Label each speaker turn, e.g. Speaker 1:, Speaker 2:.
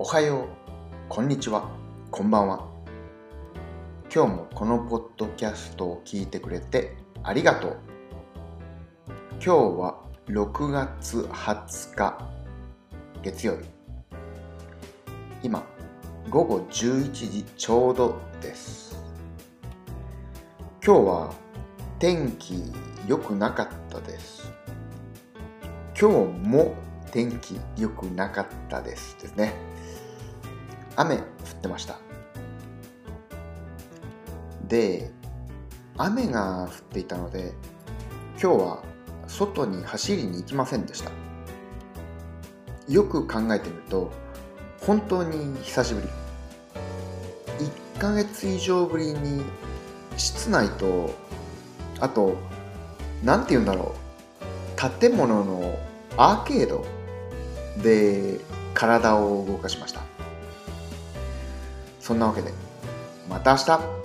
Speaker 1: おはよう、こんにちは、こんばんは。今日もこのポッドキャストを聞いてくれてありがとう。今日は6月20日月曜日。今、午後11時ちょうどです。今日は天気良くなかったです。今日も天気良くなかったですね。雨降ってました。で、雨が降っていたので、今日は外に走りに行きませんでした。よく考えてみると、本当に久しぶり。1ヶ月以上ぶりに室内と、あと、なんて言うんだろう、建物のアーケードで体を動かしました。そんなわけで、また明日。